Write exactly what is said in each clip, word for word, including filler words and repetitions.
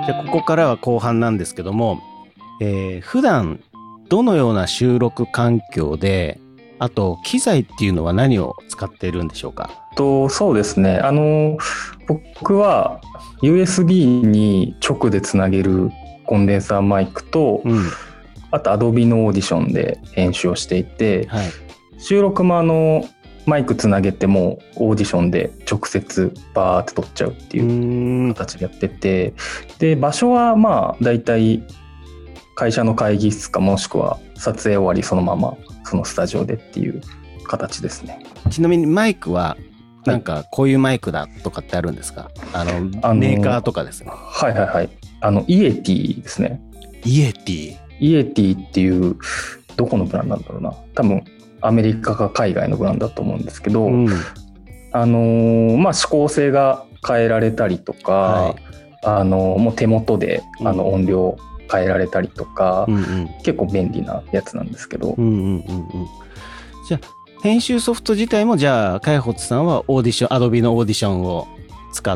じゃあここからは後半なんですけども、えー、普段どのような収録環境で、あと機材っていうのは何を使っているんでしょうか？ とそうですね、あの僕は ユーエスビー に直でつなげるコンデンサーマイクと、うん、あと Adobe のオーディションで編集をしていて、はい、収録もあのマイクつなげてもオーディションで直接バーって撮っちゃうっていう形でやってて、で場所はまあだいたい会社の会議室か、もしくは撮影終わりそのままそのスタジオでっていう形ですね。 ちなみにマイクはなんかこういうマイクだとかってあるんですか？あのメーカーとかですね。 はいはいはい、あのイエティですね。 イエティイエティっていうどこのブランドなんだろうな、多分アメリカか海外のブランドだと思うんですけど、うん、あのー、まあ指向性が変えられたりとか、はい、あのー、もう手元であの音量変えられたりとか、うんうん、結構便利なやつなんですけど、うんうんうんうん、 じゃあ編集ソフト自体もじゃあ開発さんはオーディション Adobe のオーディションを使って。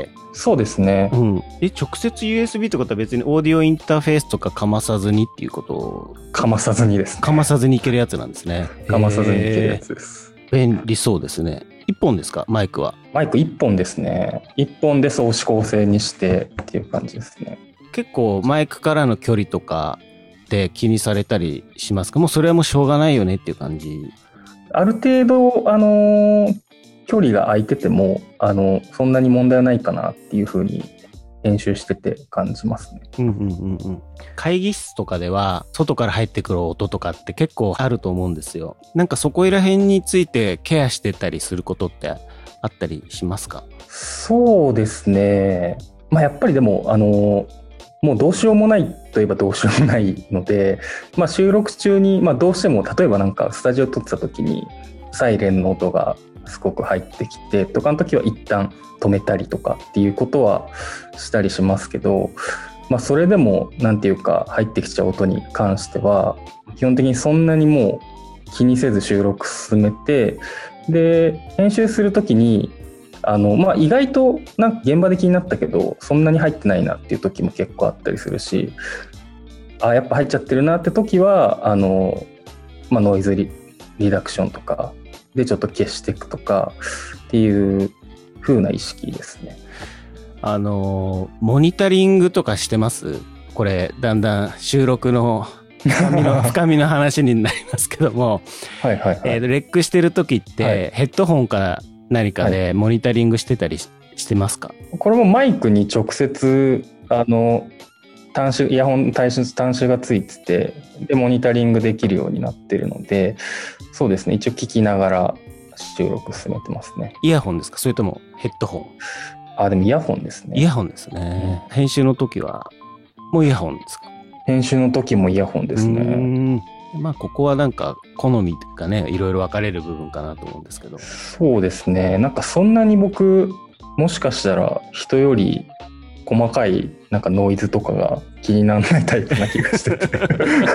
そうですね、 うん、え直接 ユーエスビー ってことは別にオーディオインターフェースとかかまさずにっていうことをかまさずにですね。 かまさずにいけるやつなんですね。 かまさずにいけるやつです。 便利そうですね。いっぽんですか？マイクは。 マイクいっぽんですね。いっぽんで総指向性にしてっていう感じですね。 結構マイクからの距離とかって気にされたりしますか？もうそれはもうしょうがないよねっていう感じ。 ある程度あのー、距離が空いててもあのそんなに問題はないかなっていう風に編集してて感じますね。 うんうんうんうん。会議室とかでは外から入ってくる音とかって結構あると思うんですよ。なんかそこら辺についてケアしてたりすることってあったりしますか？ そうですね。まあやっぱりでもあのもうどうしようもないといえばどうしようもないので、まあ、収録中に、まあ、どうしても例えばなんかスタジオ撮ってた時にサイレンの音がすごく入ってきてとかの時は一旦止めたりとかっていうことはしたりしますけど、まあ、それでもなんていうか入ってきちゃう音に関しては基本的にそんなにもう気にせず収録進めて、で編集する時にあの、まあ、意外となんか現場で気になったけどそんなに入ってないなっていう時も結構あったりするし、あやっぱ入っちゃってるなって時はあの、まあ、ノイズ リ, リダクションとかでちょっと消していくとかっていう風な意識ですね。 あのモニタリングとかしてます？これだんだん収録の深みの深みの話になりますけどもはいはい、はいえー、レックしてる時って、はい、ヘッドホンから何かでモニタリングしてたり し,、はい、してますか？ これもマイクに直接あの端子イヤホン端子端子がついててでモニタリングできるようになってるので、そうですね、一応聞きながら収録進めてますね。 イヤホンですか？それともヘッドホン？ あでもイヤホンですね。 イヤホンですね、うん、編集の時はもうイヤホンですか？ 編集の時もイヤホンですね。うーん、 まあここはなんか好みというかね、いろいろ分かれる部分かなと思うんですけど。 そうですね、なんかそんなに僕もしかしたら人より細かいなんかノイズとかが気にならないタイプな気がしてて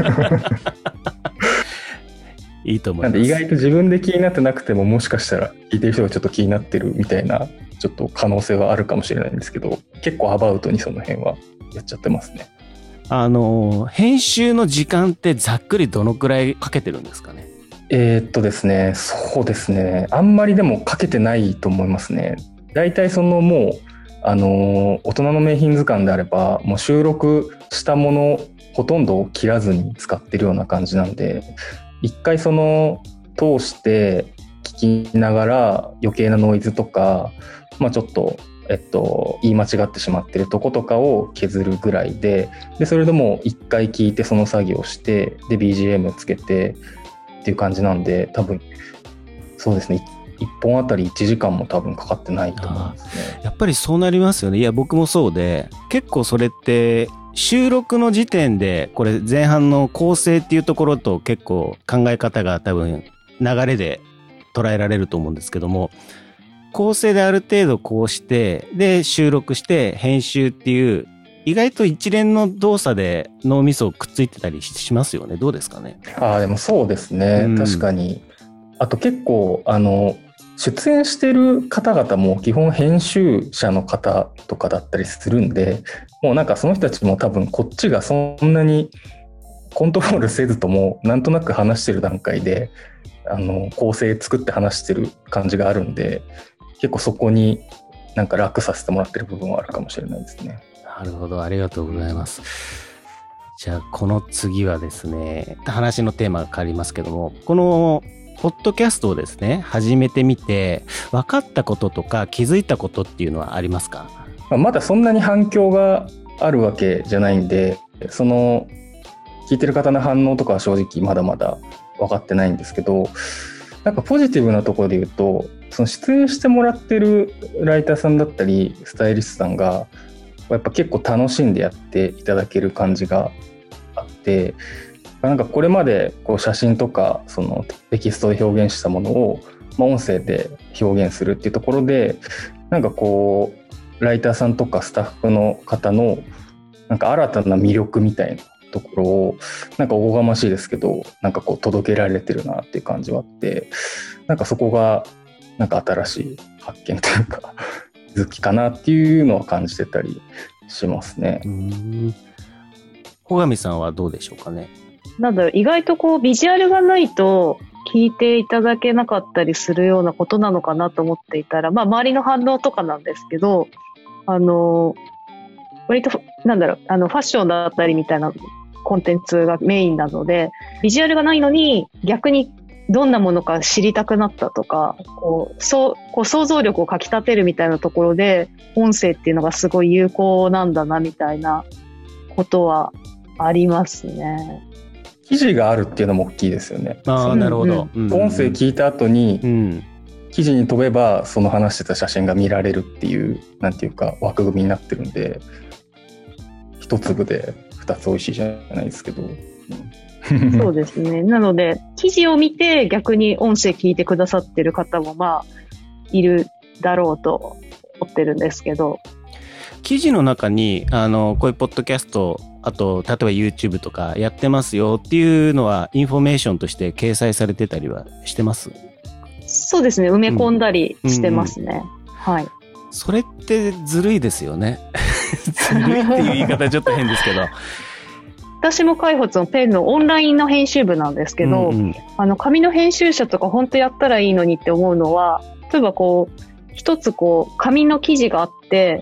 いいと思います。 なんで意外と自分で気になってなくてももしかしたら聞いてる人がちょっと気になってるみたいなちょっと可能性はあるかもしれないんですけど、結構アバウトにその辺はやっちゃってますね。 あの編集の時間ってざっくりどのくらいかけてるんですかね？ えー、っとですねそうですねあんまりでもかけてないと思いますね。だいたいそのもうあの大人の名品図鑑であればもう収録したものほとんど切らずに使ってるような感じなんで、一回その通して聞きながら余計なノイズとか、まあ、ちょっとえっと、言い間違ってしまってるとことかを削るぐらいで、でそれでも一回聞いてその作業してで ビージーエム つけてっていう感じなんで、多分そうですねいっぽんあたりいちじかんも多分かかってないと思いますね。 やっぱりそうなりますよね。いや僕もそうで、結構それって収録の時点でこれ前半の構成っていうところと結構考え方が多分流れで捉えられると思うんですけども、構成である程度こうしてで収録して編集っていう意外と一連の動作で脳みそくっついてたりしますよね。どうですかね？ ああでもそうですね、うん、確かに。あと結構あの出演してる方々も基本編集者の方とかだったりするんで、もうなんかその人たちも多分こっちがそんなにコントロールせずともなんとなく話してる段階であの構成作って話してる感じがあるんで、結構そこになんか楽させてもらってる部分はあるかもしれないですね。 なるほど、ありがとうございます。じゃあこの次はですね、話のテーマが変わりますけども、このポッドキャストをですね始めてみて分かったこととか気づいたことっていうのはありますか？ まだそんなに反響があるわけじゃないんで、その聞いてる方の反応とかは正直まだまだ分かってないんですけど、なんかポジティブなところで言うと、その出演してもらってるライターさんだったりスタイリストさんがやっぱ結構楽しんでやっていただける感じがあって、なんかこれまでこう写真とかそのテキストで表現したものを、まあ、音声で表現するっていうところで、なんかこうライターさんとかスタッフの方のなんか新たな魅力みたいなところをなんかおこがましいですけどなんかこう届けられてるなっていう感じはあって、なんかそこがなんか新しい発見というか気づきかなっていうのは感じてたりしますね。 うーん、穂上さんはどうでしょうかね。 なんだろう、意外とこうビジュアルがないと聞いていただけなかったりするようなことなのかなと思っていたら、まあ周りの反応とかなんですけど、あの割となんだろう、あのファッションだったりみたいなコンテンツがメインなので、ビジュアルがないのに逆にどんなものか知りたくなったとか、こうそうこう想像力をかきたてるみたいなところで音声っていうのがすごい有効なんだなみたいなことはありますね。 記事があるっていうのも大きいですよね。 ああ、なるほど。 うんうん、音声聞いた後に、うん、記事に飛べばその話してた写真が見られるっていうなんていうか枠組みになってるんで、一粒で二つ美味しいじゃないですけど、 うん、そうですね。なので記事を見て逆に音声聞いてくださってる方もまあいるだろうと思ってるんですけど、 記事の中にあのこういうポッドキャスト、あと例えば YouTube とかやってますよっていうのはインフォメーションとして掲載されてたりはしてます？ そうですね、埋め込んだりしてますね、うんうんうん、はい。 それってずるいですよねずるいっていう言い方はちょっと変ですけど私も開発のペンのオンラインの編集部なんですけど、うんうん、あの紙の編集者とか本当やったらいいのにって思うのは、例えばこう一つこう紙の記事があって、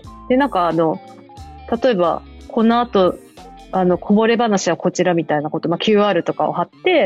でなんかあの例えばこの後あのこぼれ話はこちらみたいなこと、まあ、キューアール とかを貼って、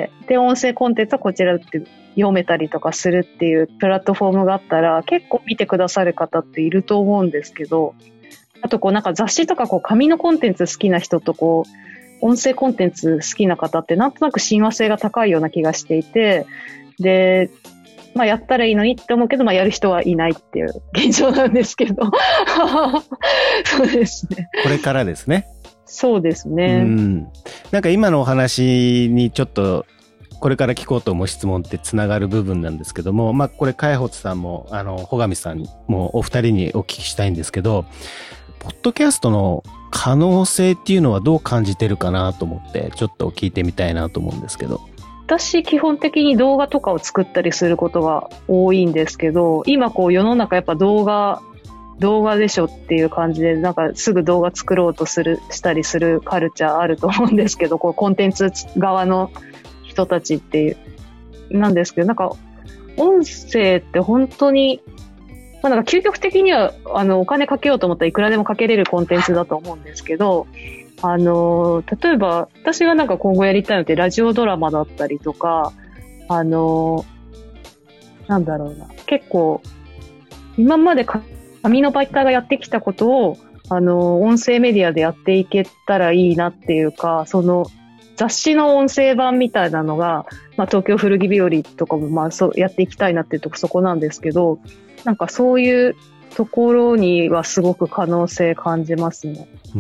で音声コンテンツはこちらって読めたりとかするっていうプラットフォームがあったら結構見てくださる方っていると思うんですけど、あとこうなんか雑誌とかこう紙のコンテンツ好きな人とこう音声コンテンツ好きな方ってなんとなく親和性が高いような気がしていて、でまあやったらいいのにって思うけど、まあやる人はいないっていう現状なんですけどそうですね、 これからですね。 そうですね、 うん、なんか今のお話にちょっとこれから聞こうと思う質問ってつながる部分なんですけども、まあこれ開発さんもあの穂上さんもお二人にお聞きしたいんですけど、ポッドキャストの可能性っていうのはどう感じてるかなと思ってちょっと聞いてみたいなと思うんですけど。 私基本的に動画とかを作ったりすることが多いんですけど、今こう世の中やっぱ動画動画でしょっていう感じで、なんかすぐ動画作ろうとするしたりするカルチャーあると思うんですけど、こうコンテンツ側の人たちっていうなんですけど、なんか音声って本当に、まあ、なんか究極的にはあのお金かけようと思ったらいくらでもかけれるコンテンツだと思うんですけど、あの例えば私がなんか今後やりたいのってラジオドラマだったりとか、あのなんだろうな、結構今まで紙の媒体がやってきたことをあの音声メディアでやっていけたらいいなっていうか、その雑誌の音声版みたいなのが、まあ、東京古着日和とかもまあそうやっていきたいなっていうとこそこなんですけど、なんかそういうところにはすごく可能性感じますね。 うん、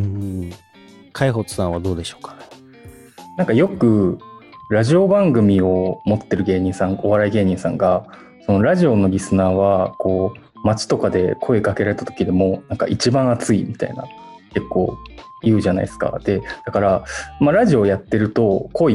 開発さんはどうでしょうかね。 なんかよくラジオ番組を持ってる芸人さん、お笑い芸人さんが、そのラジオのリスナーはこう街とかで声かけられた時でもなんか一番熱いみたいな結構言うじゃないですか。でだから、まあ、ラジオやってると濃い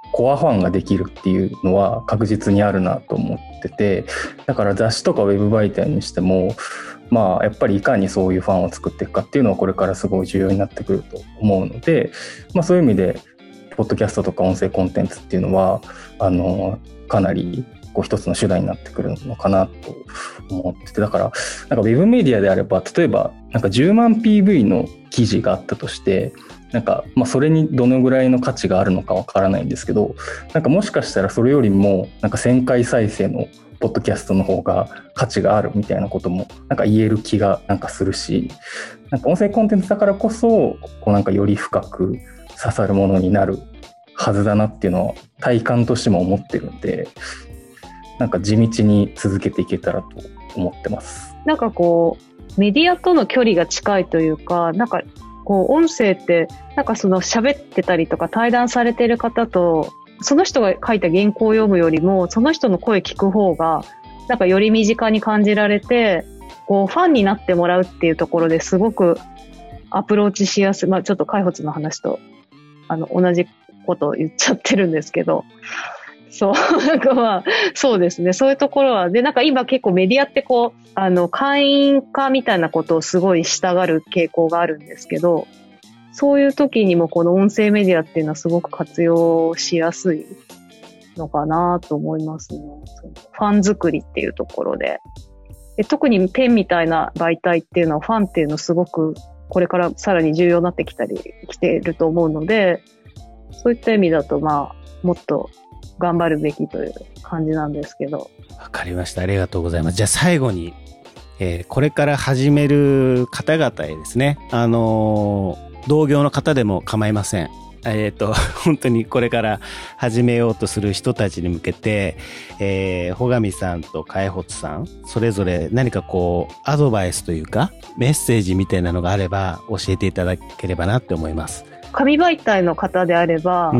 コアファンができるっていうのは確実にあるなと思ってて、だから雑誌とかウェブ媒体にしてもまあやっぱりいかにそういうファンを作っていくかっていうのはこれからすごい重要になってくると思うので、まあ、そういう意味でポッドキャストとか音声コンテンツっていうのはあのかなりこう一つの手段になってくるのかなと思ってて、だからなんかウェブメディアであれば例えばなんかじゅうまん ピーブイ の記事があったとしてなんかまあそれにどのぐらいの価値があるのかわからないんですけど、なんかもしかしたらそれよりもなんかせんかい再生のポッドキャストの方が価値があるみたいなこともなんか言える気がなんかするし、なんか音声コンテンツだからこそこうなんかより深く刺さるものになるはずだなっていうのは体感としても思ってるんで、なんか地道に続けていけたらと思ってます。 なんかこうメディアとの距離が近いというか、なんかこう音声ってなんかその喋ってたりとか対談されてる方とその人が書いた原稿を読むよりもその人の声聞く方がなんかより身近に感じられて、こうファンになってもらうっていうところですごくアプローチしやすい。まあちょっと開発の話とあの同じことを言っちゃってるんですけど、そうなんかまあそうですね、そういうところはで、なんか今結構メディアってこうあの会員化みたいなことをすごいしたがる傾向があるんですけど、そういう時にもこの音声メディアっていうのはすごく活用しやすいのかなと思いますね。ファン作りっていうところで、で特にペンみたいな媒体っていうのはファンっていうのすごくこれからさらに重要になってきたりきてると思うので、そういった意味だとまあもっと頑張るべきという感じなんですけど。 わかりました。ありがとうございます。じゃあ最後に、えー、これから始める方々へですね、あのー、同業の方でも構いません。えっと、本当にこれから始めようとする人たちに向けて、えー、穂上さんと海保さん、それぞれ何かこう、アドバイスというか、メッセージみたいなのがあれば教えていただければなって思います。 紙媒体の方であれば、うん、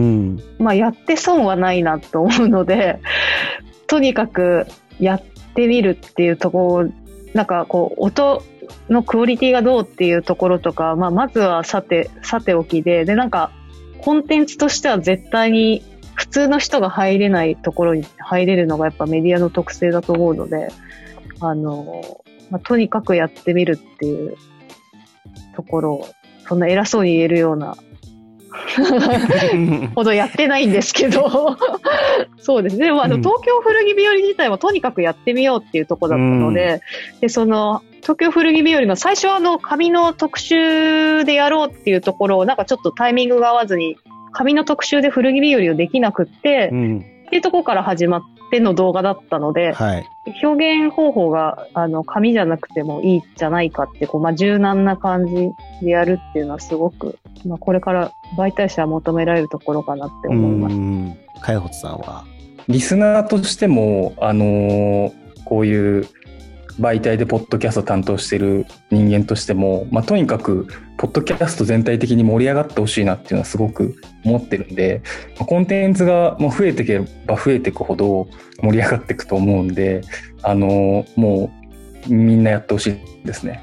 まあやって損はないなと思うので、とにかくやってみるっていうところ、なんかこう、音のクオリティがどうっていうところとか、まあまずはさて、さておきで、でなんか、コンテンツとしては絶対に普通の人が入れないところに入れるのがやっぱメディアの特性だと思うので、あの、まあ、とにかくやってみるっていうところを、そんな偉そうに言えるようなほどやってないんですけどそうですね。でもあの、東京古着日和自体はとにかくやってみようっていうところだったので、うん、で、その、東京古着日和の最初はあの、紙の特集でやろうっていうところをなんかちょっとタイミングが合わずに、紙の特集で古着日和をできなくって、うん、っていうところから始まっての動画だったので、はい、表現方法があの、紙じゃなくてもいいんじゃないかって、こう、まあ、柔軟な感じでやるっていうのはすごく、まあ、これから媒体者は求められるところかなって思います。うん。 海保さんはリスナーとしても、あのー、こういう媒体でポッドキャスト担当している人間としても、まあ、とにかくポッドキャスト全体的に盛り上がってほしいなっていうのはすごく思ってるんで、コンテンツがもう増えていけば増えていくほど盛り上がっていくと思うんで、あのー、もうみんなやってほしいですね。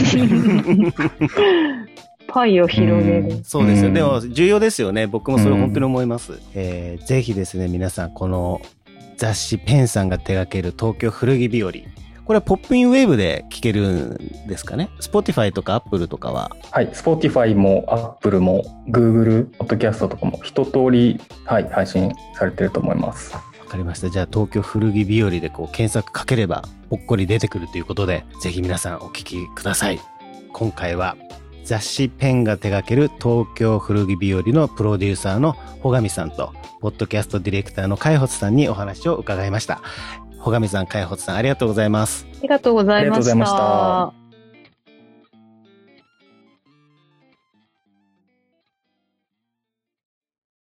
パイを広げる、うん、 そうですよ、うん、でも重要ですよね。僕もそれ本当に思います、うん、えー、ぜひですね皆さんこの雑誌ペンさんが手掛ける東京古着日和、これはポップインウェーブで聞けるんですかね。 Spotify とか Apple とかは。 はい、 Spotify も Apple も Google ポッドキャストとかも一通り、はい、配信されてると思います。 わかりました。じゃあ東京古着日和でこう検索かければぽっこり出てくるということで、ぜひ皆さんお聞きください。今回は雑誌ペンが手掛ける東京古着日和のプロデューサーの穂上さんとポッドキャストディレクターの海保さんにお話を伺いました。穂上さん、海保さん、ありがとうございます。 ありがとうございました。